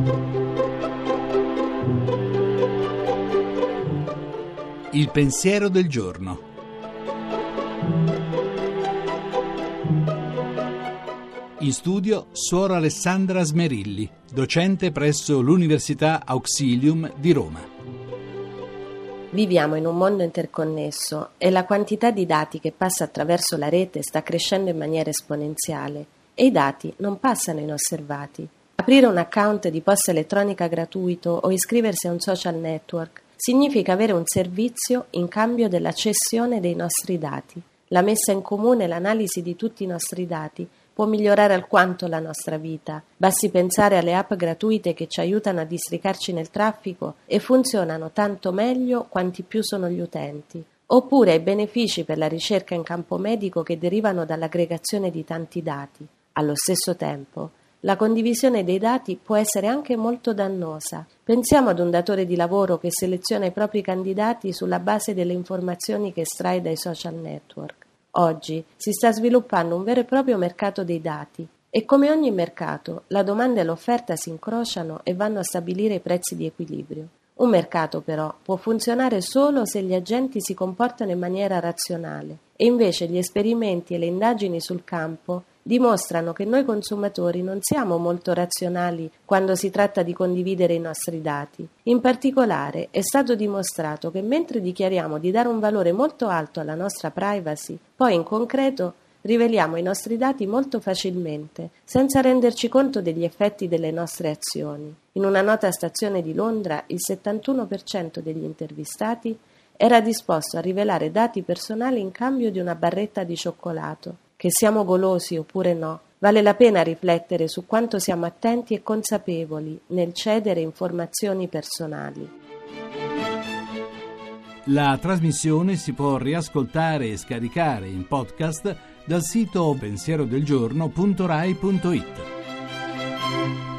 Il pensiero del giorno. In studio Suor Alessandra Smerilli, docente presso l'Università Auxilium di Roma. Viviamo in un mondo interconnesso e la quantità di dati che passa attraverso la rete sta crescendo in maniera esponenziale e i dati non passano inosservati. Aprire un account di posta elettronica gratuito o iscriversi a un social network significa avere un servizio in cambio della cessione dei nostri dati. La messa in comune e l'analisi di tutti i nostri dati può migliorare alquanto la nostra vita. Basti pensare alle app gratuite che ci aiutano a districarci nel traffico e funzionano tanto meglio quanti più sono gli utenti. Oppure ai benefici per la ricerca in campo medico che derivano dall'aggregazione di tanti dati. Allo stesso tempo, la condivisione dei dati può essere anche molto dannosa. Pensiamo ad un datore di lavoro che seleziona i propri candidati sulla base delle informazioni che estrae dai social network. Oggi si sta sviluppando un vero e proprio mercato dei dati e come ogni mercato la domanda e l'offerta si incrociano e vanno a stabilire i prezzi di equilibrio. Un mercato però può funzionare solo se gli agenti si comportano in maniera razionale e invece gli esperimenti e le indagini sul campo dimostrano che noi consumatori non siamo molto razionali quando si tratta di condividere i nostri dati. In particolare è stato dimostrato che mentre dichiariamo di dare un valore molto alto alla nostra privacy, poi in concreto riveliamo i nostri dati molto facilmente, senza renderci conto degli effetti delle nostre azioni. In una nota stazione di Londra, il 71% degli intervistati era disposto a rivelare dati personali in cambio di una barretta di cioccolato. Che siamo golosi oppure no, vale la pena riflettere su quanto siamo attenti e consapevoli nel cedere informazioni personali. La trasmissione si può riascoltare e scaricare in podcast dal sito pensierodelgiorno.rai.it.